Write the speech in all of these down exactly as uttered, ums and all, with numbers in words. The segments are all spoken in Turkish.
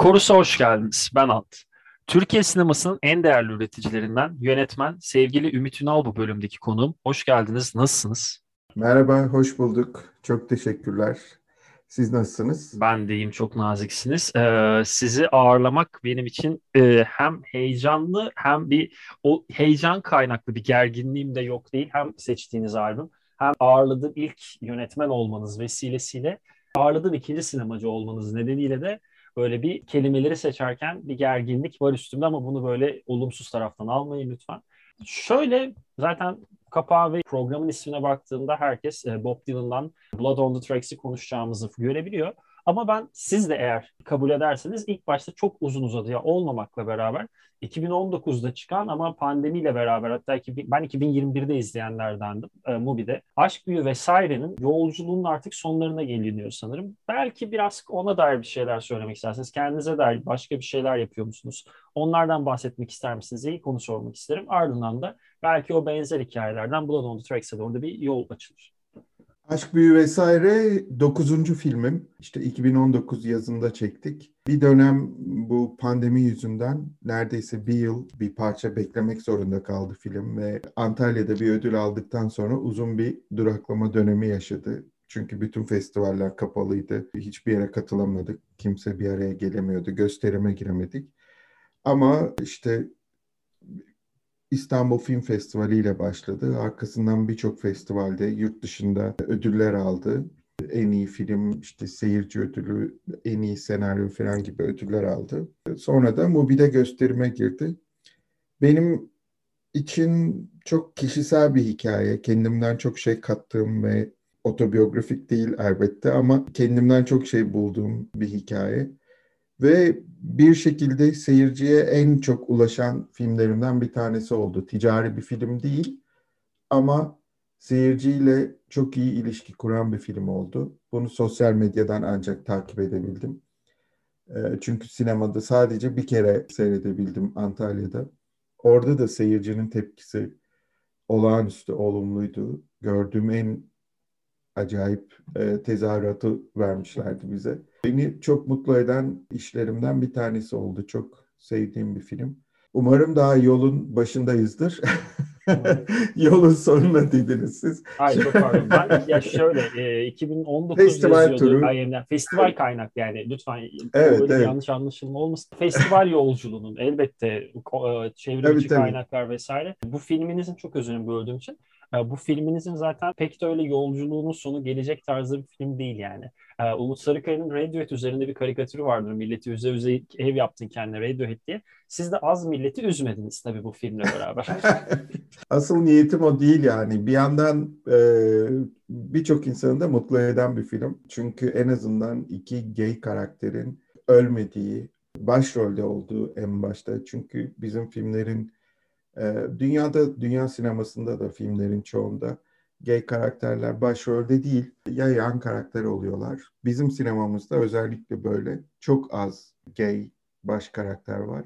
Korus'a hoş geldiniz. Ben Ant. Türkiye sinemasının en değerli üreticilerinden yönetmen sevgili Ümit Ünal bu bölümdeki konuğum. Hoş geldiniz. Nasılsınız? Merhaba, hoş bulduk. Çok teşekkürler. Siz nasılsınız? Ben deyim çok naziksiniz. Ee, sizi ağırlamak benim için e, hem heyecanlı hem bir o heyecan kaynaklı bir gerginliğim de yok değil. Hem seçtiğiniz albüm hem ağırladığım ilk yönetmen olmanız vesilesiyle ağırladığım ikinci sinemacı olmanız nedeniyle de böyle bir kelimeleri seçerken bir gerginlik var üstümde ama bunu böyle olumsuz taraftan almayın lütfen. Şöyle zaten kapağı ve programın ismine baktığında herkes e, Bob Dylan'dan Blood on the Tracks'i konuşacağımızı görebiliyor. Ama ben siz de eğer kabul ederseniz ilk başta çok uzun uzadıya olmamakla beraber iki bin on dokuzda çıkan ama pandemiyle beraber hatta iki bin ben iki bin yirmi birde izleyenlerdendim e, Mubi'de. Aşk Büyü vesairenin yolculuğunun artık sonlarına geliniyor sanırım. Belki biraz ona dair bir şeyler söylemek isterseniz. Kendinize dair başka bir şeyler yapıyor musunuz? Onlardan bahsetmek ister misiniz? İlk onu sormak isterim. Ardından da belki o benzer hikayelerden Blood on the Tracks'e doğru da bir yol açılır. Aşk Büyü vesaire dokuzuncu filmim. İşte iki bin on dokuz yazında çektik. Bir dönem bu pandemi yüzünden neredeyse bir yıl bir parça beklemek zorunda kaldı film ve Antalya'da bir ödül aldıktan sonra uzun bir duraklama dönemi yaşadı. Çünkü bütün festivaller kapalıydı. Hiçbir yere katılamadık. Kimse bir araya gelemiyordu. Gösterime giremedik. Ama işte İstanbul Film Festivali ile başladı. Arkasından birçok festivalde yurt dışında ödüller aldı. En iyi film, işte seyirci ödülü, en iyi senaryo falan gibi ödüller aldı. Sonra da Mubi'de gösterime girdi. Benim için çok kişisel bir hikaye. Kendimden çok şey kattığım ve otobiyografik değil elbette ama kendimden çok şey bulduğum bir hikaye. Ve bir şekilde seyirciye en çok ulaşan filmlerimden bir tanesi oldu. Ticari bir film değil ama seyirciyle çok iyi ilişki kuran bir film oldu. Bunu sosyal medyadan ancak takip edebildim. Ee, Çünkü sinemada sadece bir kere seyredebildim Antalya'da. Orada da seyircinin tepkisi olağanüstü olumluydu. Gördüğüm en acayip e, tezahüratı vermişlerdi bize. Beni çok mutlu eden işlerimden bir tanesi oldu. Çok sevdiğim bir film. Umarım daha yolun başındayızdır. Umarım. Yolun sonuna dediniz siz. Ay çok pardon. Ben ya şöyle e, iki bin on dokuz Festival yazıyordu turu. I M D B. Festival kaynaklı yani lütfen o Evet, öyle bir evet. yanlış anlaşılma olmasın. Festival yolculuğunun elbette ko- e, Tabii, çevrimiçi tabii. kaynaklar vesaire. Bu filminizin çok özünü böldüğüm için e, bu filminizin zaten pek de öyle yolculuğunun sonu gelecek tarzı bir film değil yani. E, Umut Sarıkaya'nın Radiohead üzerinde bir karikatürü vardır. Milleti üze üze ev yaptın kendine Radiohead diye. Siz de az milleti üzmediniz tabii bu filmle beraber. Asıl niyetim o değil yani. Bir yandan e, birçok insanı da mutlu eden bir film. Çünkü en azından iki gay karakterin ölmediği, başrolde olduğu en başta. Çünkü bizim filmlerin e, dünyada, dünya sinemasında da filmlerin çoğunda gay karakterler başrolde değil, ya yan karakter oluyorlar. Bizim sinemamızda özellikle böyle çok az gay baş karakter var.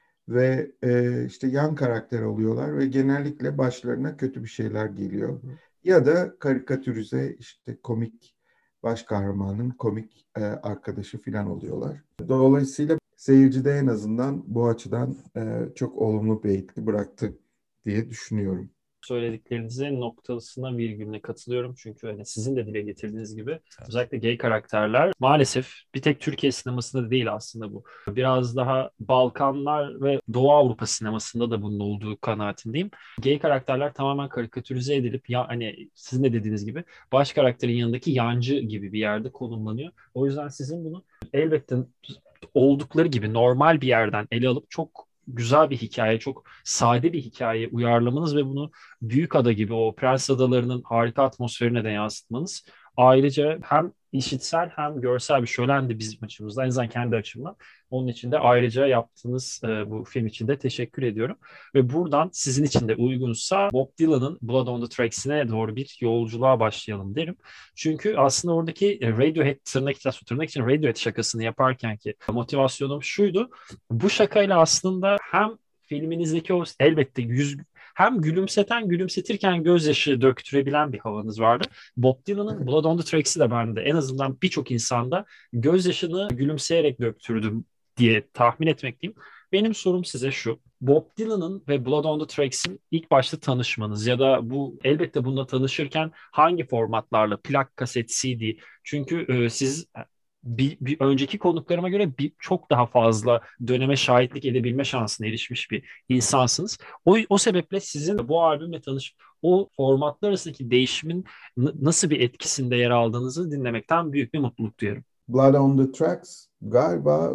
Ve e, işte yan karakter oluyorlar ve genellikle başlarına kötü bir şeyler geliyor. Ya da karikatürize işte komik baş kahramanın komik e, arkadaşı falan oluyorlar. Dolayısıyla seyircide en azından bu açıdan e, çok olumlu bir etki bıraktı diye düşünüyorum. Söylediklerinizin noktasına virgülüne katılıyorum. Çünkü hani sizin de dile getirdiğiniz gibi özellikle gay karakterler maalesef bir tek Türkiye sinemasında değil aslında bu. Biraz daha Balkanlar ve Doğu Avrupa sinemasında da bunun olduğu kanaatindeyim. Gay karakterler tamamen karikatürize edilip ya hani sizin de dediğiniz gibi baş karakterin yanındaki yancı gibi bir yerde konumlanıyor. O yüzden sizin bunu elbette oldukları gibi normal bir yerden ele alıp çok güzel bir hikaye, çok sade bir hikaye uyarlamanız ve bunu Büyükada gibi o Prens Adaları'nın harika atmosferine de yansıtmanız ayrıca hem işitsel hem görsel bir şölen bizim açımızdan, en azından kendi açımdan. Onun için de ayrıca yaptığınız e, bu film için de teşekkür ediyorum. Ve buradan sizin için de uygunsa Bob Dylan'ın Blood on the Tracks'ine doğru bir yolculuğa başlayalım derim. Çünkü aslında oradaki e, Radiohead tırnak içinde tırnak için Radiohead şakasını yaparken ki motivasyonum şuydu. Bu şakayla aslında hem filminizdeki o elbette yüz hem gülümseten gülümsetirken gözyaşı döktürebilen bir havanız vardı. Bob Dylan'ın Blood on the Tracks'i de bende en azından birçok insanda gözyaşını gülümseyerek döktürdüm diye tahmin etmekteyim. Benim sorum size şu. Bob Dylan'ın ve Blood on the Tracks'in ilk başta tanışmanız ya da bu elbette bununla tanışırken hangi formatlarla plak, kaset, C D? Çünkü e, siz bir, bir önceki konuklarıma göre bir, çok daha fazla döneme şahitlik edebilme şansına erişmiş bir insansınız. O, o sebeple sizin bu albümle tanışıp o formatlar arasındaki değişimin n- nasıl bir etkisinde yer aldığınızı dinlemekten büyük bir mutluluk duyarım. Blood on the Tracks galiba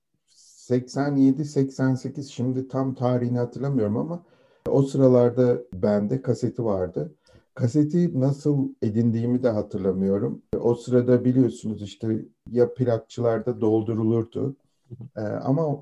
seksen yedi seksen sekiz, şimdi tam tarihini hatırlamıyorum ama o sıralarda bende kaseti vardı. Kaseti nasıl edindiğimi de hatırlamıyorum. O sırada biliyorsunuz işte ya plakçılarda doldurulurdu. Ee, ama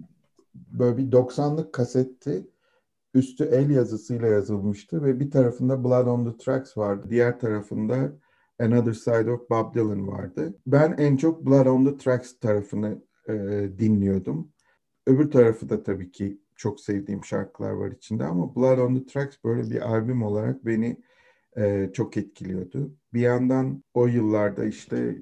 böyle bir doksanlık kasetti. Üstü el yazısıyla yazılmıştı ve bir tarafında Blood on the Tracks vardı. Diğer tarafında Another Side of Bob Dylan vardı. Ben en çok Blood on the Tracks tarafını e, dinliyordum. Öbür tarafı da tabii ki çok sevdiğim şarkılar var içinde ama Blood on the Tracks böyle bir albüm olarak beni e, çok etkiliyordu. Bir yandan o yıllarda işte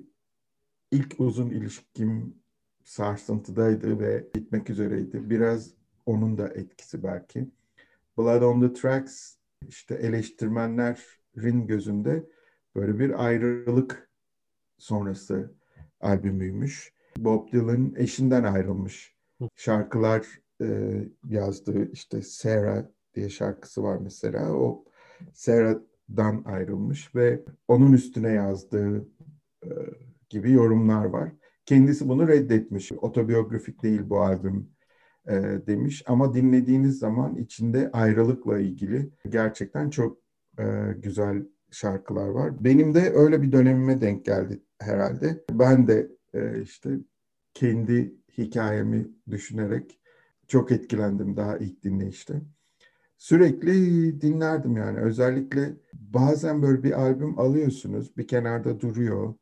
ilk uzun ilişkim sarsıntıdaydı ve bitmek üzereydi. Biraz onun da etkisi belki. Blood on the Tracks işte eleştirmenlerin gözünde böyle bir ayrılık sonrası albümüymüş. Bob Dylan eşinden ayrılmış. Şarkılar e, yazdığı işte Sarah diye şarkısı var mesela. O Sarah'dan ayrılmış ve onun üstüne yazdığı e, gibi yorumlar var. Kendisi bunu reddetmiş. Otobiyografik değil bu albüm e, demiş. Ama dinlediğiniz zaman içinde ayrılıkla ilgili gerçekten çok e, güzel şarkılar var. Benim de öyle bir dönemime denk geldi herhalde. Ben de e, işte kendi hikayemi düşünerek çok etkilendim daha ilk dinleyişte. Sürekli dinlerdim yani. Özellikle bazen böyle bir albüm alıyorsunuz, bir kenarda duruyor.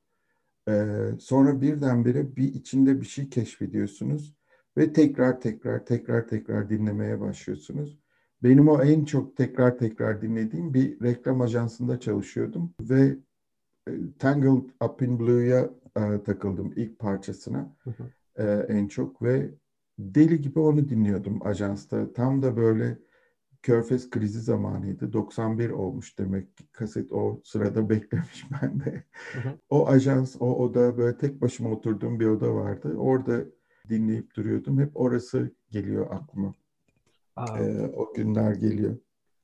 Ee, sonra birdenbire bir içinde bir şey keşfediyorsunuz ve tekrar tekrar tekrar tekrar dinlemeye başlıyorsunuz. Benim o en çok tekrar tekrar dinlediğim bir reklam ajansında çalışıyordum ve e, Tangled Up in Blue'ya e, takıldım ilk parçasına e, en çok ve deli gibi onu dinliyordum ajansta. Tam da böyle Körfez krizi zamanıydı. doksan bir olmuş demek ki kaset o sırada beklemiş bende. O ajans, o oda böyle tek başıma oturduğum bir oda vardı. Orada dinleyip duruyordum. Hep orası geliyor aklıma. Aa, Ee, o günler geliyor.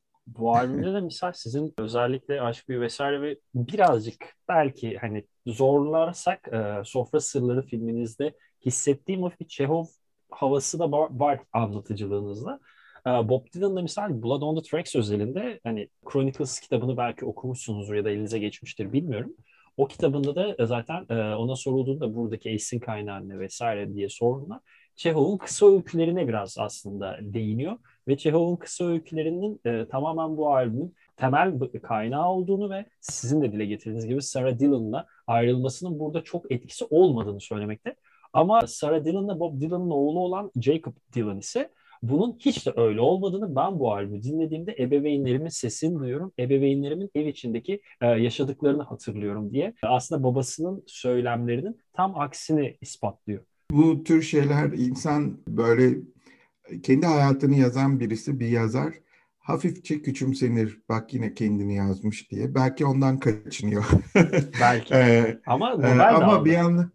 bu albümde de misal sizin özellikle Aşk Büyü vesaire ve birazcık belki hani zorlarsak e, Sofra Sırları filminizde hissettiğim o bir Çehov havası da var, var anlatıcılığınızda. E, Bob Dylan'da misal Blood on the Tracks özelinde hani Chronicles kitabını belki okumuşsunuzdur ya da elinize geçmiştir bilmiyorum. O kitabında da e, zaten e, ona sorulduğunda buradaki esin kaynağı ne vesaire diye sorduğunda Çehov'un kısa öykülerine biraz aslında değiniyor. Ve Çehov'un kısa öykülerinin e, tamamen bu albümün temel kaynağı olduğunu ve sizin de dile getirdiğiniz gibi Sarah Dylan'la ayrılmasının burada çok etkisi olmadığını söylemekte. Ama Sarah Dylan'la Bob Dylan'ın oğlu olan Jacob Dylan ise bunun hiç de öyle olmadığını ben bu albümü dinlediğimde ebeveynlerimin sesini duyuyorum. Ebeveynlerimin ev içindeki e, yaşadıklarını hatırlıyorum diye. Aslında babasının söylemlerinin tam aksini ispatlıyor. Bu tür şeyler insan böyle kendi hayatını yazan birisi, bir yazar hafifçe küçümsenir. Bak yine kendini yazmış diye. Belki ondan kaçınıyor. Belki. Ee, Ama e, Nobel de ama bir aldı. yandan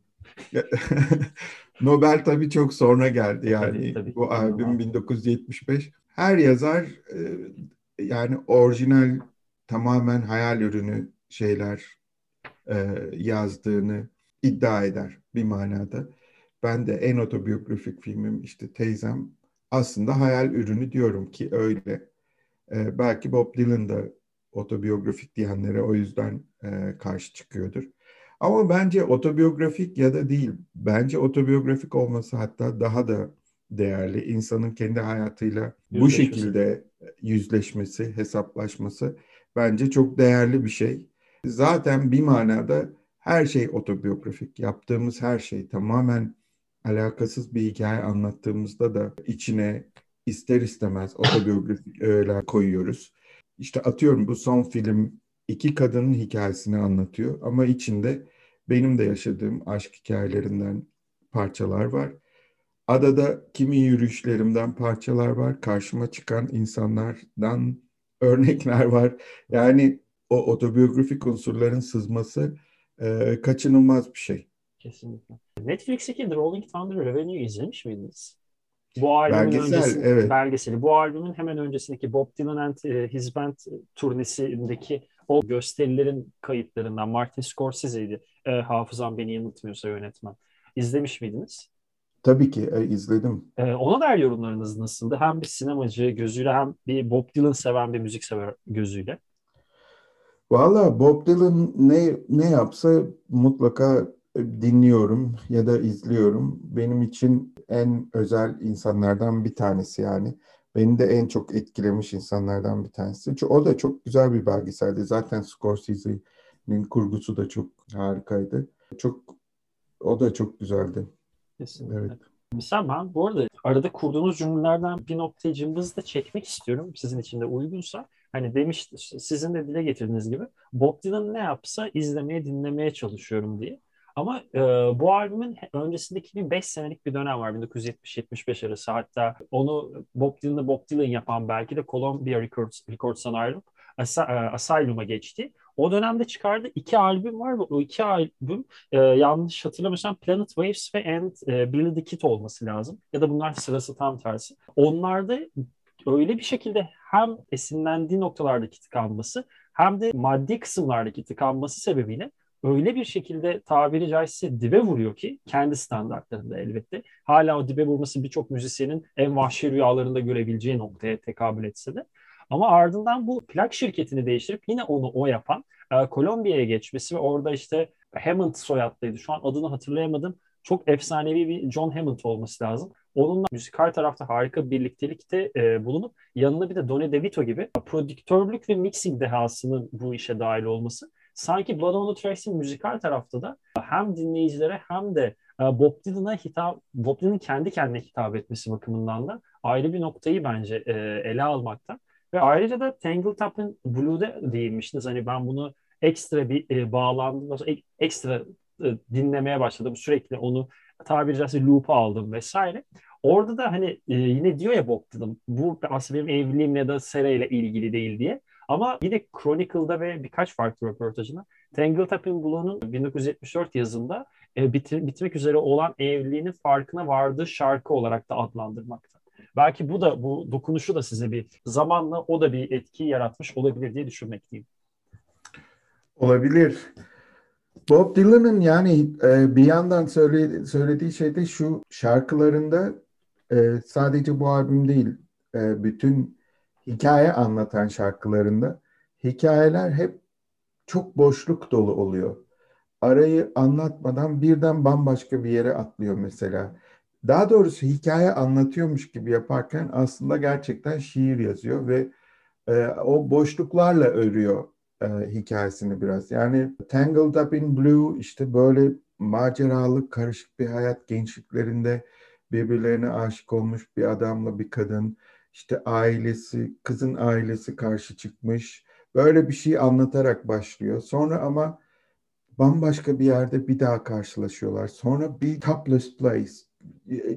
Nobel tabii çok sonra geldi. E, tabii Yani tabii bu albüm inanılmaz. bin dokuz yüz yetmiş beş. Her yazar e, yani orijinal tamamen hayal ürünü şeyler e, yazdığını iddia eder bir manada. Ben de en otobiyografik filmim işte Teyzem aslında hayal ürünü diyorum ki öyle. E, belki Bob Dylan da otobiyografik diyenlere o yüzden e, karşı çıkıyordur. Ama bence otobiyografik ya da değil. Bence otobiyografik olması hatta daha da değerli. İnsanın kendi hayatıyla bu Yüzleşmesi. şekilde yüzleşmesi, hesaplaşması bence çok değerli bir şey. Zaten bir manada her şey otobiyografik. Yaptığımız her şey tamamen alakasız bir hikaye anlattığımızda da içine ister istemez otobiyografik öğeler koyuyoruz. İşte atıyorum bu son film iki kadının hikayesini anlatıyor ama içinde benim de yaşadığım aşk hikayelerinden parçalar var. Adada kimi yürüyüşlerimden parçalar var. Karşıma çıkan insanlardan örnekler var. Yani o otobiyografik unsurların sızması e, kaçınılmaz bir şey. Kesinlikle. Netflix'teki The Rolling Thunder Revenue'yu izlemiş miydiniz? Bu albümün Belgesel, öncesinin evet. belgeseli. Bu albümün hemen öncesindeki Bob Dylan and e, His Band turnesindeki o gösterilerin kayıtlarından Martin Scorsese'ydi. E, hafızam beni yanıltmıyorsa yönetmen. İzlemiş miydiniz? Tabii ki e, izledim. E, ona dair yorumlarınız nasıldı? Hem bir sinemacı gözüyle hem bir Bob Dylan seven bir müzik sever gözüyle. Valla Bob Dylan ne ne yapsa mutlaka e, dinliyorum ya da izliyorum. Benim için en özel insanlardan bir tanesi yani. Beni de en çok etkilemiş insanlardan bir tanesi. Çünkü o da çok güzel bir belgeseldi. Zaten Scorsese'nin kurgusu da çok harikaydı. Çok o da çok güzeldi. Evet. Kesinlikle. Mesela ben bu arada arada kurduğunuz cümlelerden bir noktayı cımbızla çekmek istiyorum. Sizin için de uygunsa. Hani demiş, sizin de dile getirdiğiniz gibi Bob Dylan ne yapsa izlemeye, dinlemeye çalışıyorum diye. Ama e, bu albümün öncesindeki bir beş senelik bir dönem var. bin dokuz yüz yetmiş yetmiş beş arası. Hatta onu Bob Dylan'ı Bob Dylan yapan belki de Columbia Records, Records'tan ayrılıp As- e, Asylum'a geçti. O dönemde çıkardığı iki albüm var ve o iki albüm e, yanlış hatırlamıyorsam Planet Waves ve And e, Billy the Kid olması lazım. Ya da bunlar sırası tam tersi. Onlarda öyle bir şekilde hem esinlendiği noktalardaki tıkanması hem de maddi kısımlardaki tıkanması sebebiyle öyle bir şekilde tabiri caizse dibe vuruyor ki kendi standartlarında elbette. Hala o dibe vurması birçok müzisyenin en vahşi rüyalarında görebileceği noktaya tekabül etse de. Ama ardından bu plak şirketini değiştirip yine onu o yapan e, Kolombiya'ya geçmesi ve orada işte Hammond soyadlıydı. Şu an adını hatırlayamadım. Çok efsanevi bir John Hammond olması lazım. Onunla müzikal tarafta harika bir birliktelikte e, bulunup yanına bir de Donny DeVito gibi prodüktörlük ve mixing dehasının bu işe dahil olması sanki Blood on the Tracks'in müzikal tarafta da hem dinleyicilere hem de e, Bob Dylan'a hitap, Bob Dylan'ın kendi kendine hitap etmesi bakımından da ayrı bir noktayı bence e, ele almakta. Ve ayrıca da Tangled Up in Blue'da değinmiştiniz. Hani ben bunu ekstra bir e, bağlandım. Ek, ekstra e, dinlemeye başladım. Sürekli onu tabiri caizse loop'a aldım vesaire. Orada da hani e, yine diyor ya Bob Dylan bu aslında benim evliliğim ya da Sarah ile ilgili değil diye. Ama yine Chronicle'da ve birkaç farklı röportajında Tangled Up in Blue'nun bin dokuz yüz yetmiş dört yazında e, bitir, bitmek üzere olan evliliğinin farkına vardığı şarkı olarak da adlandırmakta. Belki bu da bu dokunuşu da size bir zamanla o da bir etki yaratmış olabilir diye düşünmekteyim. Olabilir. Bob Dylan'ın yani e, bir yandan söyle, söylediği şey de şu şarkılarında e, sadece bu albüm değil, e, bütün hikaye anlatan şarkılarında hikayeler hep çok boşluk dolu oluyor. Arayı anlatmadan birden bambaşka bir yere atlıyor mesela. Daha doğrusu hikaye anlatıyormuş gibi yaparken aslında gerçekten şiir yazıyor ve e, o boşluklarla örüyor e, hikayesini biraz. Yani Tangled Up in Blue işte böyle maceralı, karışık bir hayat gençliklerinde birbirlerine aşık olmuş bir adamla bir kadın. İşte ailesi, kızın ailesi karşı çıkmış. Böyle bir şey anlatarak başlıyor. Sonra ama bambaşka bir yerde bir daha karşılaşıyorlar. Sonra bir topless place, e,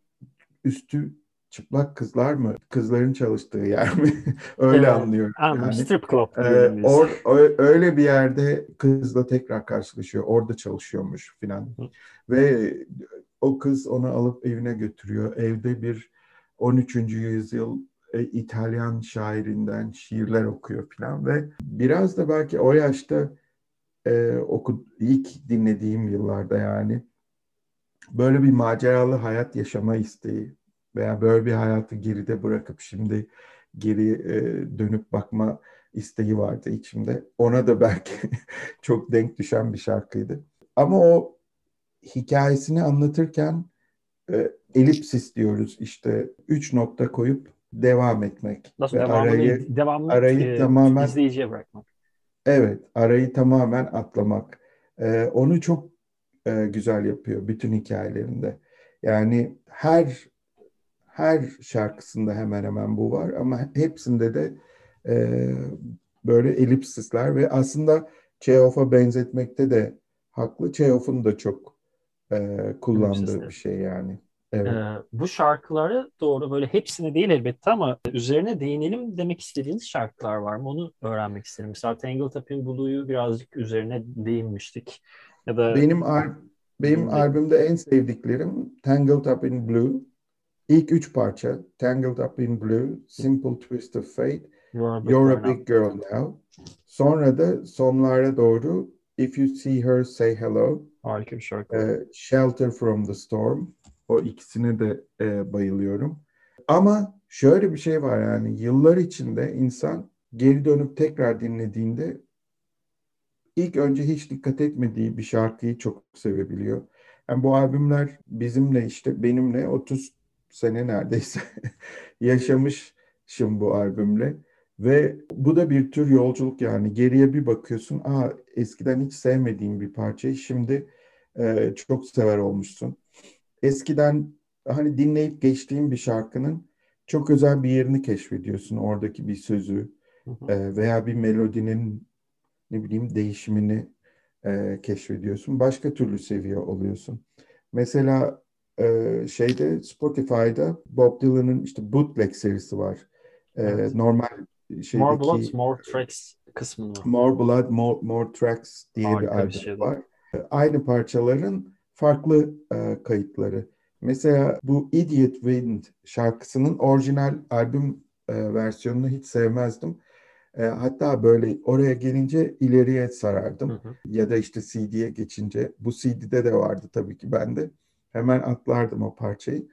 üstü çıplak kızlar mı? Kızların çalıştığı yer mi? Öyle Ee, anlıyorum anladım. yani. Strip club Ee, diyelim biz. or, ö- öyle bir yerde kızla tekrar karşılaşıyor. Orada çalışıyormuş filan. Ve o kız onu alıp evine götürüyor. Evde bir on üçüncü yüzyıl e, İtalyan şairinden şiirler okuyor filan ve biraz da belki o yaşta e, oku, ilk dinlediğim yıllarda yani böyle bir maceralı hayat yaşama isteği veya böyle bir hayatı geride bırakıp şimdi geri e, dönüp bakma isteği vardı içimde. Ona da belki çok denk düşen bir şarkıydı. Ama o hikayesini anlatırken e, elipsis diyoruz işte üç nokta koyup devam etmek Nasıl ve devamını arayı devamını arayı e, tamamen izleyiciye bırakmak. evet arayı tamamen atlamak. E, onu çok e, güzel yapıyor bütün hikayelerinde. Yani her her şarkısında hemen hemen bu var ama hepsinde de e, böyle elipsisler ve aslında Çehov'a benzetmekte de haklı. Çehov'un da çok e, kullandığı bir Ellipsisleri. şey yani. Ee, Evet. bu şarkılara doğru böyle hepsine değil elbette ama üzerine değinelim demek istediğiniz şarkılar var mı? Onu öğrenmek isterim. Mesela Tangled Up in Blue'yu birazcık üzerine değinmiştik. Ya da Benim al benim dinledim. albümde en sevdiklerim Tangled Up in Blue. İlk üç parça Tangled Up in Blue, Simple Twist of Fate, You're a Big You're Girl a Now. Big Girl Now. Sonra da sonlara doğru If You See Her Say Hello, Harika bir şarkı o. e, Shelter from the Storm. O ikisine de e, bayılıyorum. Ama şöyle bir şey var, yani yıllar içinde insan geri dönüp tekrar dinlediğinde ilk önce hiç dikkat etmediği bir şarkıyı çok sevebiliyor. Yani bu albümler bizimle, işte benimle otuz sene neredeyse yaşamışım bu albümle. Ve bu da bir tür yolculuk, yani geriye bir bakıyorsun. Aa, eskiden hiç sevmediğim bir parçayı şimdi e, çok sever olmuşsun. Eskiden hani dinleyip geçtiğin bir şarkının çok özel bir yerini keşfediyorsun. Oradaki bir sözü Hı hı. e, veya bir melodinin, ne bileyim, değişimini e, keşfediyorsun. Başka türlü seviyor oluyorsun. Mesela e, şeyde Spotify'da Bob Dylan'ın işte Bootleg serisi var. E, Evet. normal More Blood, şeydeki More Tracks kısmını mı? More Blood, More, More Tracks diye bir Harika bir albüm şeydi. var. E, Aynı parçaların farklı e, kayıtları. Mesela bu Idiot Wind şarkısının orijinal albüm e, versiyonunu hiç sevmezdim. E, hatta böyle oraya gelince ileriye Hı sarardım. hı. Ya da işte C D'ye geçince, bu C D'de de vardı tabii ki bende. Hemen atlardım o parçayı.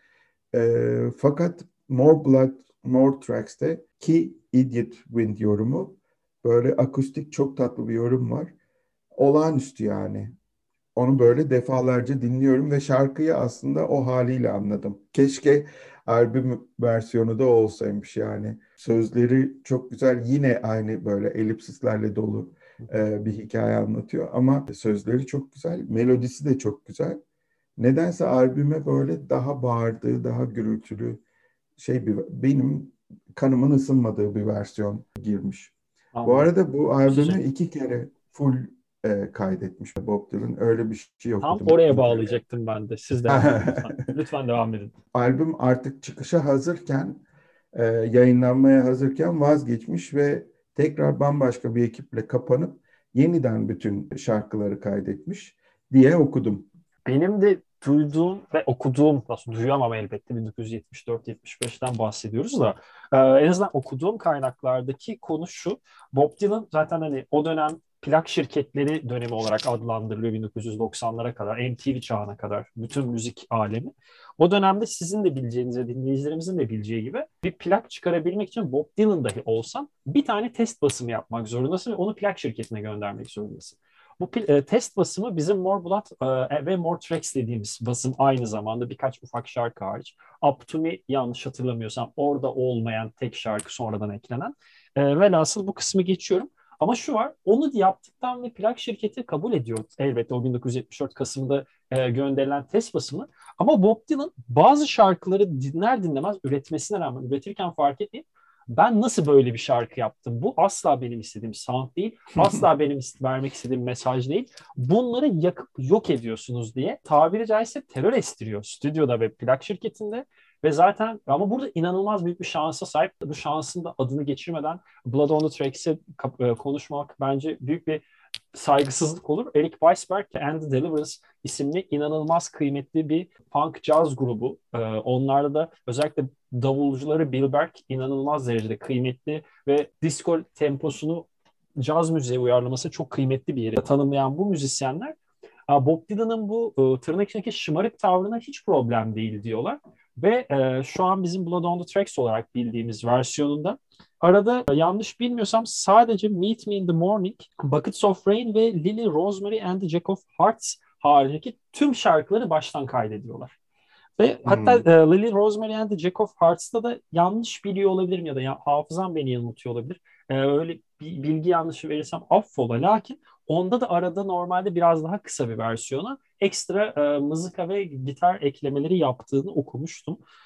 E, fakat More Blood, More Tracks'te ki Idiot Wind yorumu, böyle akustik çok tatlı bir yorum var. Olağanüstü yani. Onu böyle defalarca dinliyorum ve şarkıyı aslında o haliyle anladım. Keşke albüm versiyonu da olsaymış yani. Sözleri çok güzel. Yine aynı böyle elipsislerle dolu Hı hı. e, bir hikaye anlatıyor ama sözleri çok güzel. Melodisi de çok güzel. Nedense albüme böyle daha bağırdığı, daha gürültülü şey, bir, benim kanımın ısınmadığı bir versiyon girmiş. Bu Anladım. arada bu albümü Güzel. iki kere full e, kaydetmiş Bob Dylan. Öyle bir şey Tam okudum oraya internette. bağlayacaktım ben de. Siz devam edin lütfen. Lütfen devam edin. Albüm artık çıkışa hazırken, e, yayınlanmaya hazırken vazgeçmiş ve tekrar bambaşka bir ekiple kapanıp yeniden bütün şarkıları kaydetmiş diye okudum. Benim de duyduğum ve okuduğum, nasıl duyuyorum elbette bin dokuz yüz yetmiş dört yetmiş beşten bahsediyoruz da e, en azından okuduğum kaynaklardaki konu şu. Bob Dylan zaten hani o dönem plak şirketleri dönemi olarak adlandırılıyor bin dokuz yüz doksanlara kadar, M T V çağına kadar bütün müzik alemi. O dönemde sizin de bileceğiniz ve dinleyicilerimizin de bileceği gibi bir plak çıkarabilmek için Bob Dylan dahi olsan bir tane test basımı yapmak zorundasın ve onu plak şirketine göndermek zorundasın. Bu e, test basımı bizim More Blood e, ve More Tracks dediğimiz basım aynı zamanda birkaç ufak şarkı hariç. Up To Me yanlış hatırlamıyorsam orada olmayan tek şarkı sonradan eklenen. E, velhasıl bu kısmı geçiyorum. Ama şu var, onu yaptıktan ve plak şirketi kabul ediyor elbette o bin dokuz yüz yetmiş dört Kasım'da e, gönderilen test basımı. Ama Bob Dylan bazı şarkıları dinler dinlemez üretmesine rağmen üretirken fark etmeyip ben nasıl böyle bir şarkı yaptım? Bu asla benim istediğim sound değil. Asla benim vermek istediğim mesaj değil. Bunları yakıp yok ediyorsunuz diye tabiri caizse terör estiriyor stüdyoda ve plak şirketinde. Ve zaten ama burada inanılmaz büyük bir şansa sahip. Bu şansın da adını geçirmeden Blood on the Tracks'e konuşmak bence büyük bir saygısızlık olur. Eric Weisberg and the Deliverance isimli inanılmaz kıymetli bir punk jazz grubu. Ee, onlarda da özellikle davulcuları Bill Berg inanılmaz derecede kıymetli ve disco temposunu caz müziğe uyarlaması çok kıymetli bir yeri tanımlayan bu müzisyenler Bob Dylan'ın bu e, tırnak içindeki şımarık tavrına hiç problem değil diyorlar. Ve e, şu an bizim Blood on the Tracks olarak bildiğimiz versiyonunda arada e, yanlış bilmiyorsam sadece Meet Me in the Morning, Buckets of Rain ve Lily, Rosemary and the Jack of Hearts haricindeki tüm şarkıları baştan kaydediyorlar. Ve hatta Hmm. e, Lily, Rosemary and the Jack of Hearts'ta da yanlış biliyor olabilirim ya da ya, hafızam beni yanıltıyor olabilir. E, öyle bir bilgi yanlışı verirsem affola. Lakin onda da arada normalde biraz daha kısa bir versiyonu ekstra e, mızıka ve gitar eklemeleri yaptığını okumuştum.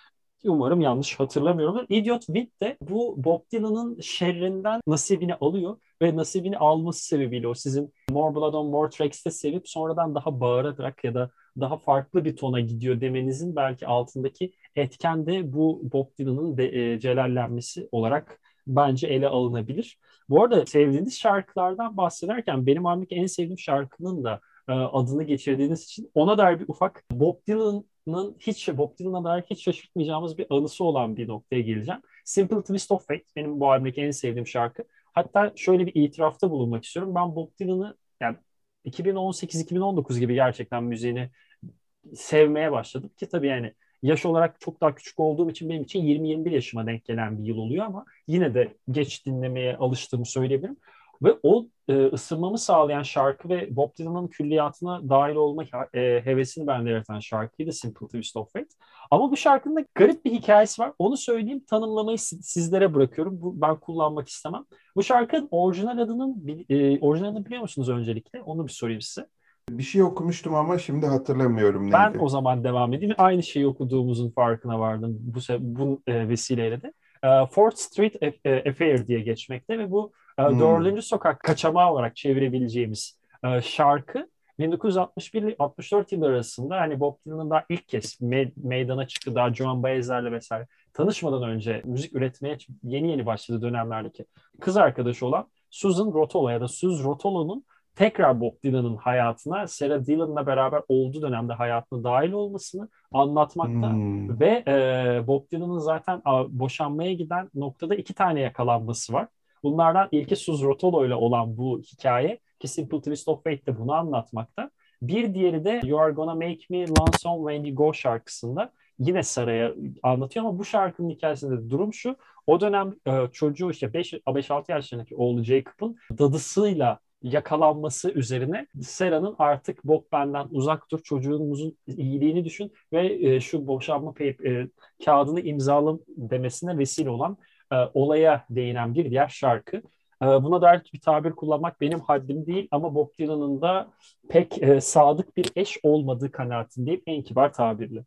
Umarım yanlış hatırlamıyorumdur. Idiot Wit de bu Bob Dylan'ın şerrinden nasibini alıyor ve nasibini alması sebebiyle o sizin More Blood on More Tracks'te sevip sonradan daha bağırarak ya da daha farklı bir tona gidiyor demenizin belki altındaki etken de bu Bob Dylan'ın de, e, celallenmesi olarak bence ele alınabilir. Bu arada sevdiğiniz şarkılardan bahsederken benim albümdeki en sevdiğim şarkının da e, adını geçirdiğiniz için ona dair bir ufak Bob Dylan'ın hiç Bob Dylan'a dair hiç şaşırtmayacağımız bir anısı olan bir noktaya geleceğim. Simple Twist of Fate benim bu albümdeki en sevdiğim şarkı. Hatta şöyle bir itirafta bulunmak istiyorum. Ben Bob Dylan'ı yani iki bin on sekiz iki bin on dokuz gibi gerçekten müziğini sevmeye başladım ki tabii yani yaş olarak çok daha küçük olduğum için benim için yirmi yirmi bir yaşıma denk gelen bir yıl oluyor ama yine de geç dinlemeye alıştığımı söyleyebilirim. Ve o e, ısınmamı sağlayan şarkı ve Bob Dylan'ın külliyatına dahil olma e, hevesini bende yaratan şarkıydı Simple Twist of Fate. Ama bu şarkının da garip bir hikayesi var. Onu söyleyeyim, tanımlamayı sizlere bırakıyorum. Bu, ben kullanmak istemem. Bu şarkının orijinal adının e, orijinalini biliyor musunuz öncelikle? Onu bir sorayım size. Bir şey okumuştum ama şimdi hatırlamıyorum Ben neydi. o zaman devam edeyim. Aynı şeyi okuduğumuzun farkına vardım bu, bu e, vesileyle de. E, Fourth Street Affair diye geçmekte ve bu e, Hmm. dördüncü sokak kaçamağı olarak çevirebileceğimiz e, şarkı bin dokuz yüz altmış bir ile altmış dört yılları arasında hani Bob Dylan'ın daha ilk kez me- meydana çıktı, daha Joan Baez'lerle vesaire tanışmadan önce müzik üretmeye yeni yeni başladığı dönemlerdeki kız arkadaşı olan Susan Rotolo ya da Suz Rotolo'nun tekrar Bob Dylan'ın hayatına Sarah Dylan'la beraber olduğu dönemde hayatına dahil olmasını anlatmakta Hmm. ve e, Bob Dylan'ın zaten a, boşanmaya giden noktada iki tane yakalanması var. Bunlardan ilki Suz Rotolo ile olan bu hikaye ki Simple Twist of Fate de bunu anlatmakta. Bir diğeri de You Are Gonna Make Me Lonesome When You Go şarkısında yine Sarah'ya anlatıyor ama bu şarkının hikayesinde durum şu. O dönem e, çocuğu işte beş altı yaşlarındaki oğlu Jacob'ın dadısıyla yakalanması üzerine Sera'nın artık Bob benden uzak dur, çocuğumuzun iyiliğini düşün ve e, şu boşanma pay- e, kağıdını imzalam demesine vesile olan e, olaya değinen bir diğer şarkı. E, buna dair bir tabir kullanmak benim haddim değil ama Bob Dylan'ın da pek e, sadık bir eş olmadığı kanaatindeyim en kibar tabirle.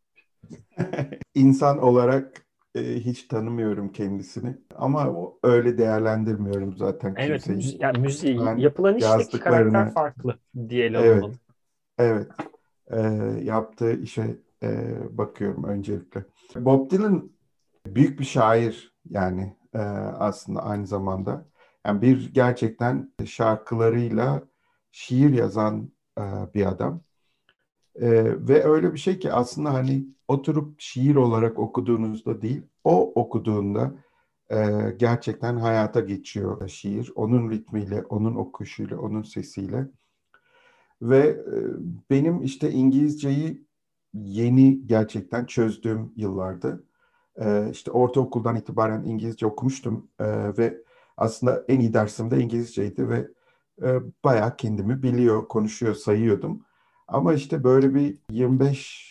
İnsan olarak e, hiç tanımıyorum kendisini ama o- öyle değerlendirmiyorum zaten Evet, kimseyi. müzi yani müziği, Ben yapılan işteki karakter yazdıklarına, farklı diye ele evet, alınmalı. evet, e, yaptığı işe e, bakıyorum öncelikle. Bob Dylan büyük bir şair yani e, aslında aynı zamanda. Yani bir gerçekten şarkılarıyla şiir yazan e, bir adam. E, ve öyle bir şey ki aslında hani oturup şiir olarak okuduğunuzda değil, o okuduğunda e, gerçekten hayata geçiyor şiir. Onun ritmiyle, onun okuşuyla, onun sesiyle. Ve e, benim işte İngilizceyi yeni gerçekten çözdüğüm yıllardı. E, işte ortaokuldan itibaren İngilizce okumuştum E, ve aslında en iyi dersim de İngilizceydi ve e, bayağı kendimi biliyor, konuşuyor, sayıyordum. Ama işte böyle bir yirmi beş,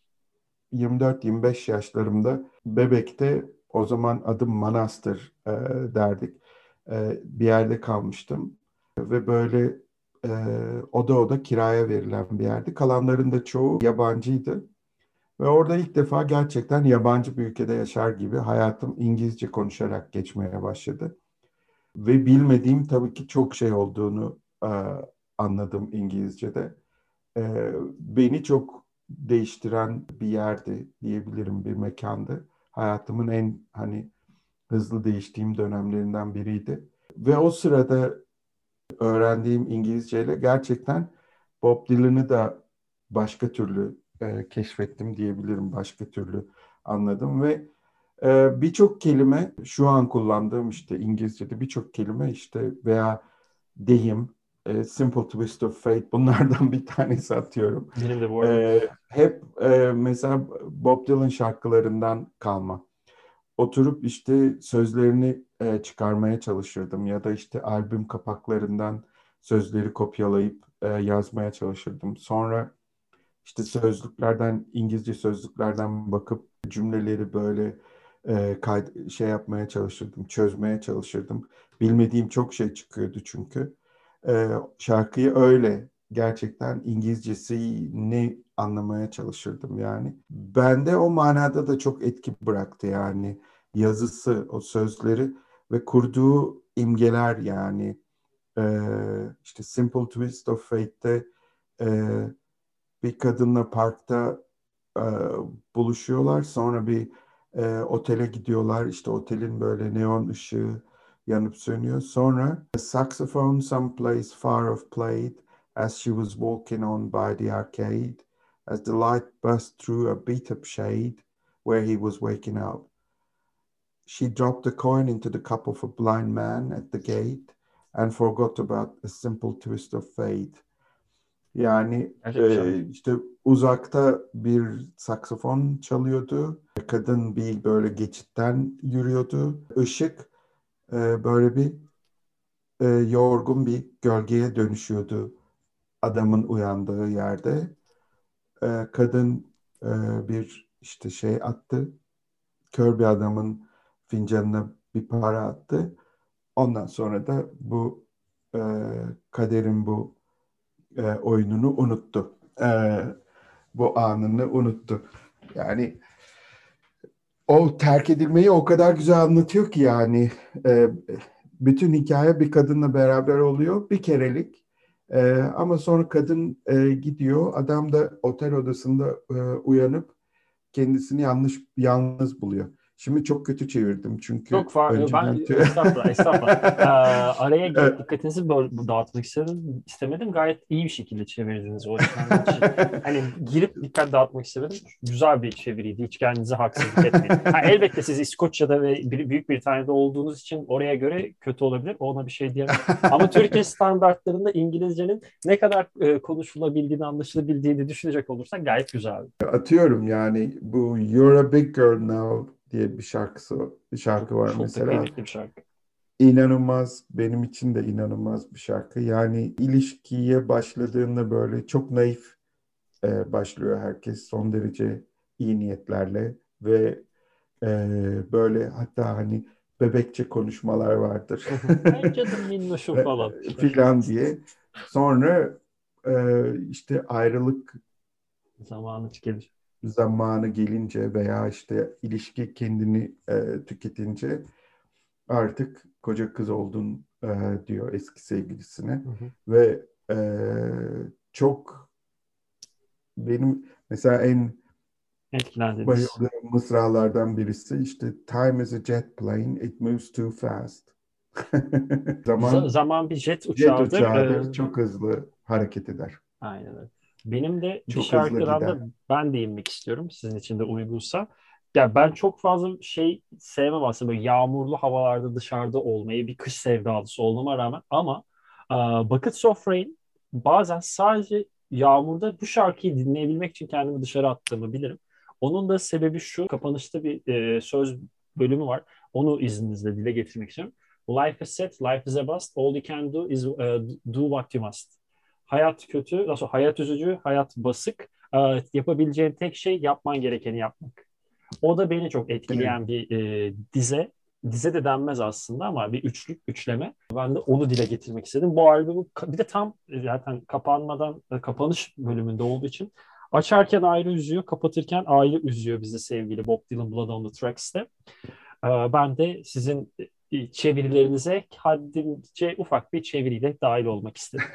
yirmi dört yirmi beş yaşlarımda Bebek'te o zaman adım Manastır e, derdik. E, bir yerde kalmıştım ve böyle e, oda oda kiraya verilen bir yerdi. Kalanların da çoğu yabancıydı. Ve orada ilk defa gerçekten yabancı bir ülkede yaşar gibi hayatım İngilizce konuşarak geçmeye başladı. Ve bilmediğim tabii ki çok şey olduğunu e, anladım İngilizce'de. E, beni çok değiştiren bir yerdi diyebilirim, bir mekandı. Hayatımın en hani hızlı değiştiğim dönemlerinden biriydi. Ve o sırada öğrendiğim İngilizceyle gerçekten Bob Dylan'ı da başka türlü e, keşfettim diyebilirim, başka türlü anladım ve e, birçok kelime şu an kullandığım işte İngilizce'de birçok kelime işte veya deyim, e, Simple Twist of Fate bunlardan bir tanesi atıyorum. Benim de bu arada. E, hep e, mesela Bob Dylan şarkılarından kalma. Oturup işte sözlerini e, çıkarmaya çalışırdım ya da işte albüm kapaklarından sözleri kopyalayıp e, yazmaya çalışırdım. Sonra işte sözlüklerden, İngilizce sözlüklerden bakıp cümleleri böyle e, kay- şey yapmaya çalışırdım, çözmeye çalışırdım. Bilmediğim çok şey çıkıyordu çünkü. E, şarkıyı öyle gerçekten İngilizcesini anlamaya çalışırdım yani. Bende o manada da çok etki bıraktı yani. Yazısı, o sözleri ve kurduğu imgeler yani. Ee, işte Simple Twist of Fate'te e, bir kadınla parkta e, buluşuyorlar. Sonra bir e, otele gidiyorlar. İşte otelin böyle neon ışığı yanıp sönüyor. Sonra a saxophone someplace far off played as she was walking on by the arcade, as the light burst through a beat-up shade where he was waking up. She dropped a coin into the cup of a blind man at the gate and forgot about a simple twist of fate. Yani Gerçekten. e, işte uzakta bir saksafon çalıyordu. Kadın bir böyle geçitten yürüyordu. Işık e, böyle bir e, yorgun bir gölgeye dönüşüyordu adamın uyandığı yerde. E, kadın e, bir işte şey attı. Kör bir adamın fincanına bir para attı. Ondan sonra da bu e, kaderin bu e, oyununu unuttu. E, bu anını unuttu. Yani o terk edilmeyi o kadar güzel anlatıyor ki yani e, bütün hikaye bir kadınla beraber oluyor bir kerelik. E, ama sonra kadın e, gidiyor. Adam da otel odasında e, uyanıp kendisini yanlış yalnız buluyor. Şimdi çok kötü çevirdim Çok çünkü farklı. Ben önceden estağfurullah, estağfurullah. Ee, araya girip dikkatinizi böl- dağıtmak istedim. istemedim. Gayet iyi bir şekilde çevirdiniz o açıdan. Hiç, hani girip dikkat dağıtmak istemedim. Güzel bir çeviriydi. Hiç kendinize haksızlık etmeyin. Ha, elbette siz İskoçya'da ve Bir- Büyük Britanya'da olduğunuz için oraya göre kötü olabilir. Ona bir şey diyemem. Ama Türkiye standartlarında İngilizcenin ne kadar e, konuşulabildiğini, anlaşılabildiğini düşünecek olursak gayet güzel. atıyorum yani bu You're a Big Girl Now diye bir şarkısı bir şarkı var Çok da mesela. kıymetli bir şarkı. İnanılmaz, benim için de inanılmaz bir şarkı. Yani ilişkiye başladığında böyle çok naif e, başlıyor herkes son derece iyi niyetlerle ve e, böyle hatta hani bebekçe konuşmalar vardır. Ay canım minnoşum falan. E, filan diye. Sonra e, işte ayrılık Zamanı gelir. zamanı gelince veya işte ilişki kendini e, tüketince artık koca kız oldun e, diyor eski sevgilisine Hı hı. ve e, çok benim mesela en Etkilendiniz. bayıldığım mısralardan birisi işte time is a jet plane, it moves too fast. Z- Zaman zaman bir jet jet uçağıdır. Ee, uçağıdır, çok hızlı hareket eder. aynen öyle. Benim de bir Çok hızlı şarkıdan da gider. ben değinmek istiyorum. Sizin için de uygunsa. Ya ben çok fazla şey sevmem aslında. Böyle yağmurlu havalarda dışarıda olmayı, bir kış sevdalısı olmama rağmen. Ama e, Buckets of Rain bazen sadece yağmurda bu şarkıyı dinleyebilmek için kendimi dışarı attığımı bilirim. Onun da sebebi şu. Kapanışta bir e, söz bölümü var. Onu izninizle dile getirmek istiyorum. Life is sad, life is a bust. All you can do is uh, do what you must. Hayat kötü, nasıl hayat üzücü, hayat basık. Ee, yapabileceğin tek şey yapman gerekeni yapmak. O da beni çok Evet. etkileyen bir e, dize. Dize de denmez aslında ama bir üçlük, üçleme. Ben de onu dile getirmek istedim. Bu albümü bir de tam e, zaten kapanmadan, e, kapanış bölümünde olduğu için açarken ayrı üzüyor, kapatırken ayrı üzüyor bizi sevgili Bob Dylan Blood on the Tracks'te. Ee, Ben de sizin e, çevirilerinize haddimce ufak bir çeviriyle dahil olmak istedim.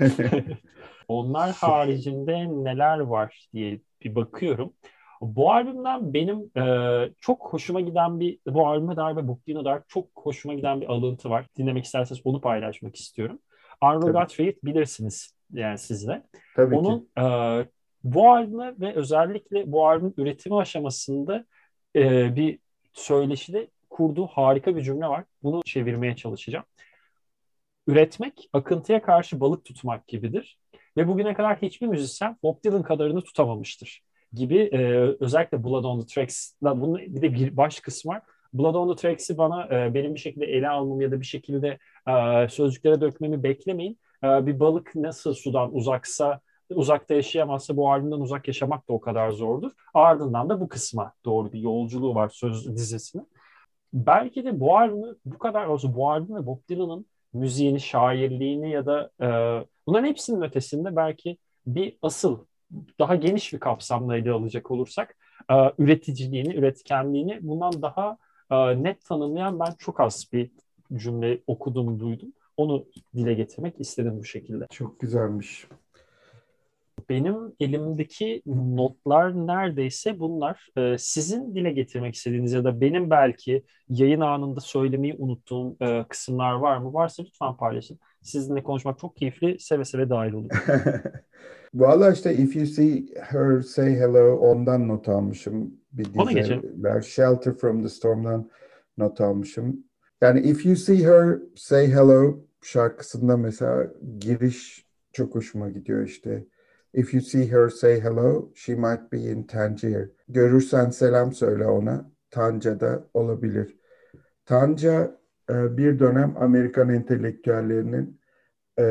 Onlar haricinde neler var diye bir bakıyorum. Bu albümden benim e, çok hoşuma giden bir, bu albüme dair ve Bob Dylan'a dair çok hoşuma giden bir alıntı var. Dinlemek isterseniz onu paylaşmak istiyorum. Arno Tabii, Gotthard'ı bilirsiniz yani siz de. tabii ki. Onun e, bu albüme ve özellikle bu albümün üretimi aşamasında e, bir söyleşide kurduğu harika bir cümle var. Bunu çevirmeye çalışacağım. Üretmek, akıntıya karşı balık tutmak gibidir. Ve bugüne kadar hiçbir müzisyen Bob Dylan kadarını tutamamıştır gibi e, özellikle Blood on the Tracks'la bunun bir de bir baş kısmı var. Blood on the Tracks'i bana e, benim bir şekilde ele almamı ya da bir şekilde e, sözcüklere dökmemi beklemeyin. E, bir balık nasıl sudan uzaksa, uzakta yaşayamazsa bu albümden uzak yaşamak da o kadar zordur. Ardından da bu kısma doğru bir yolculuğu var söz dizisinin. Belki de bu albümü bu kadar olsun bu albüm ve Bob Dylan'ın müziğini, şairliğini ya da e, bunların hepsinin ötesinde belki bir asıl daha geniş bir kapsamda ele alacak olursak e, üreticiliğini, üretkenliğini bundan daha e, net tanımlayan ben çok az bir cümle okudum, duydum. Onu dile getirmek istedim bu şekilde. Çok güzelmiş. Benim elimdeki notlar neredeyse bunlar. Ee, sizin dile getirmek istediğiniz ya da benim belki yayın anında söylemeyi unuttuğum e, kısımlar var mı? Varsa lütfen paylaşın. Sizinle konuşmak çok keyifli. Seve seve dahil olurum. Valla işte If You See Her Say Hello ondan not almışım. Bir Ona geçelim. diziler. Shelter from the Storm'dan not almışım. Yani If You See Her Say Hello şarkısında mesela giriş çok hoşuma gidiyor işte. If you see her say hello, she might be in Tangier. Görürsen selam söyle ona. Tanca'da olabilir. Tanca e, bir dönem Amerikan entelektüellerinin e,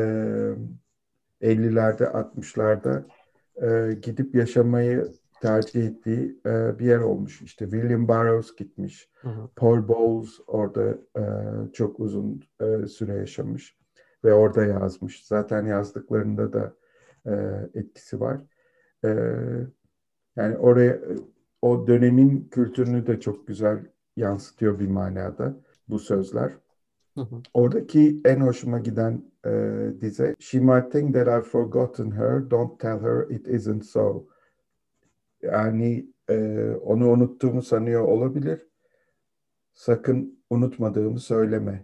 ellilerde, altmışlarda e, gidip yaşamayı tercih ettiği e, bir yer olmuş. İşte William Burroughs gitmiş. Hı hı. Paul Bowles orada e, çok uzun e, süre yaşamış ve orada yazmış. Zaten yazdıklarında da e, etkisi var. E, Yani oraya o dönemin kültürünü de çok güzel yansıtıyor bir manada bu sözler. Hı hı. Oradaki en hoşuma giden e, dize She might think that I've forgotten her, don't tell her it isn't so. Yani e, onu unuttuğumu sanıyor olabilir. Sakın unutmadığımı söyleme.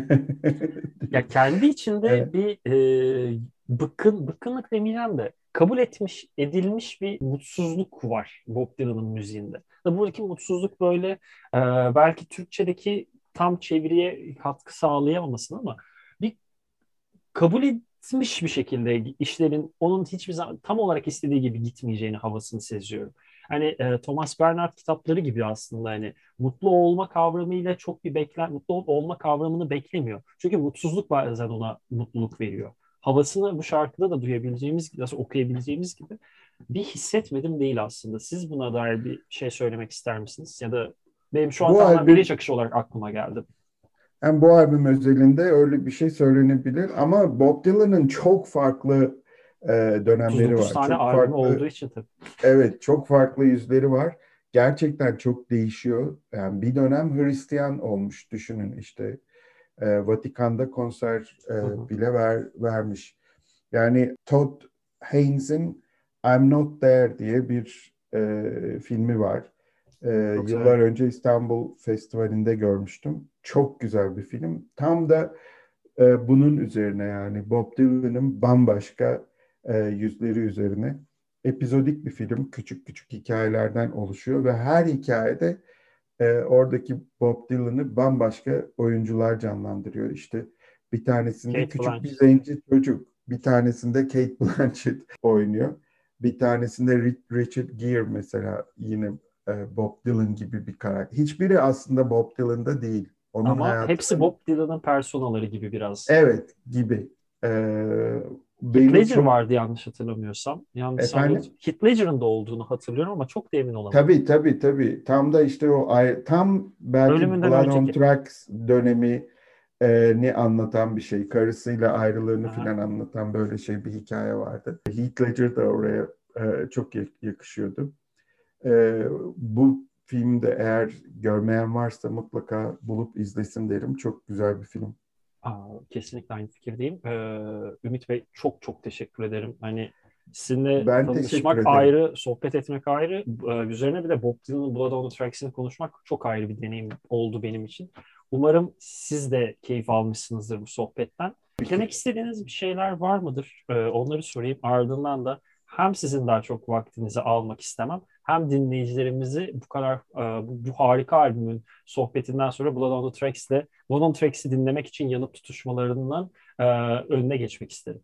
Ya kendi içinde Evet, bir e, bıkkın, bıkkınlık demeyeceğim de kabul etmiş, edilmiş bir mutsuzluk var Bob Dylan'ın müziğinde. Ve buradaki mutsuzluk böyle e, belki Türkçedeki tam çeviriye katkı sağlayamamasın ama bir kabul etmiş bir şekilde işlerin onun hiçbir zaman tam olarak istediği gibi gitmeyeceğini havasını seziyorum. Hani e, Thomas Bernhard kitapları gibi aslında hani mutlu olma kavramıyla çok bir beklen mutlu olma kavramını beklemiyor. Çünkü mutsuzluk bazen ona mutluluk veriyor. Havasını bu şarkıda da duyabileceğimiz, nasıl okuyabileceğimiz gibi bir hissetmedim değil aslında. Siz buna dair bir şey söylemek ister misiniz? Ya da benim şu an bu tamamen bilinç albüm akışı olarak aklıma geldi. hem bu albüm özelinde öyle bir şey söylenebilir ama Bob Dylan'ın çok farklı e, otuz dönemleri dokuz var. tane Çok albüm olduğu farklı, için tabii. evet, çok farklı yüzleri var. Gerçekten çok değişiyor. Yani bir dönem Hristiyan olmuş düşünün işte. E, Vatikan'da konser Hı e, hı. bile ver, vermiş. Yani Todd Haynes'in I'm Not There diye bir e, filmi var. E, Çok Yıllar severim. önce İstanbul Festivali'nde görmüştüm. Çok güzel bir film. Tam da e, bunun üzerine yani Bob Dylan'ın bambaşka e, yüzleri üzerine. Epizodik bir film. Küçük küçük hikayelerden oluşuyor ve her hikayede e, oradaki Bob Dylan'ı bambaşka oyuncular canlandırıyor. İşte bir tanesinde Kate küçük bir Blanchett. zenci çocuk, bir tanesinde Kate Blanchett oynuyor. Bir tanesinde Richard Gere mesela yine e, Bob Dylan gibi bir karakter. Hiçbiri aslında Bob Dylan'da değil. Onun Ama hepsi hayatının Bob Dylan'ın personaları gibi biraz. evet gibi. E, Heath Beni Ledger çok vardı yanlış hatırlamıyorsam. Yanlış hatırlamıyorsam. efendim. Heath Ledger'ın da olduğunu hatırlıyorum ama çok da emin olamadım. Tabii tabii tabii. Tam da işte o ay- tam belki Ölümünden Blood on önceki. Tracks dönemi e, ni anlatan bir şey. Karısıyla ayrılığını Aha. filan anlatan böyle şey bir hikaye vardı. Heath Ledger da oraya e, çok yak- yakışıyordu. E, Bu filmde eğer görmeyen varsa mutlaka bulup izlesin derim. Çok güzel bir film. Aa, kesinlikle aynı fikirdeyim. Ee, Ümit Bey çok çok teşekkür ederim. Hani sizinle Ben teşekkür tanışmak ederim. ayrı, sohbet etmek ayrı. Ee, üzerine bir de Bob Dylan'ın Blood on the Tracks'ini konuşmak çok ayrı bir deneyim oldu benim için. Umarım siz de keyif almışsınızdır bu sohbetten. Eklemek istediğiniz bir şeyler var mıdır? Ee, onları sorayım. Ardından da hem sizin daha çok vaktinizi almak istemem, hem dinleyicilerimizi bu kadar e, bu, bu harika albümün sohbetinden sonra Blood on the Tracks'le Blood on the Tracks'i dinlemek için yanıp tutuşmalarından e, önüne geçmek isterim.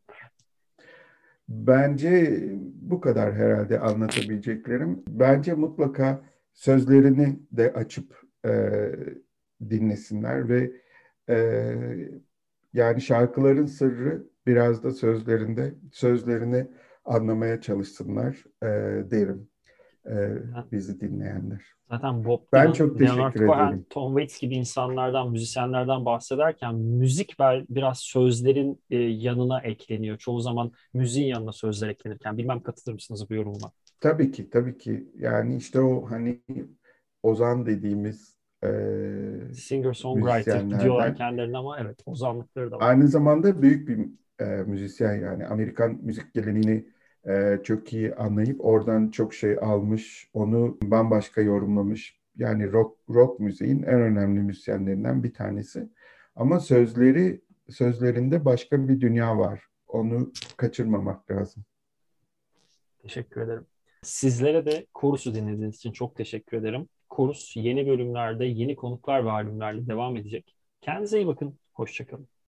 Bence bu kadar herhalde anlatabileceklerim. Bence mutlaka sözlerini de açıp e, dinlesinler ve e, yani şarkıların sırrı biraz da sözlerinde. Sözlerini anlamaya çalışsınlar e, derim. e, bizi dinleyenler. Zaten Bob Ben Dylan, çok Leonard teşekkür Cohen, ederim. Tom Waits gibi insanlardan, müzisyenlerden bahsederken müzik bel- biraz sözlerin e, yanına ekleniyor. Çoğu zaman müziğin yanına sözler eklenirken. Bilmem katılır mısınız bu yorumuma? Tabii ki, tabii ki. Yani işte o hani ozan dediğimiz e, Singer-songwriter diyorlar müzisyenlerden kendilerine ama evet ozanlıkları da var. aynı zamanda büyük bir e, müzisyen, yani Amerikan müzik geleneğini e, çok iyi anlayıp oradan çok şey almış, onu bambaşka yorumlamış. Yani rock rock müziğin en önemli müzisyenlerinden bir tanesi. Ama sözleri sözlerinde başka bir dünya var. Onu kaçırmamak lazım. Teşekkür ederim. Sizlere de Chorus'u dinlediğiniz için çok teşekkür ederim. Chorus yeni bölümlerde, yeni konuklar ve albümlerle devam edecek. Kendinize iyi bakın. Hoşça kalın.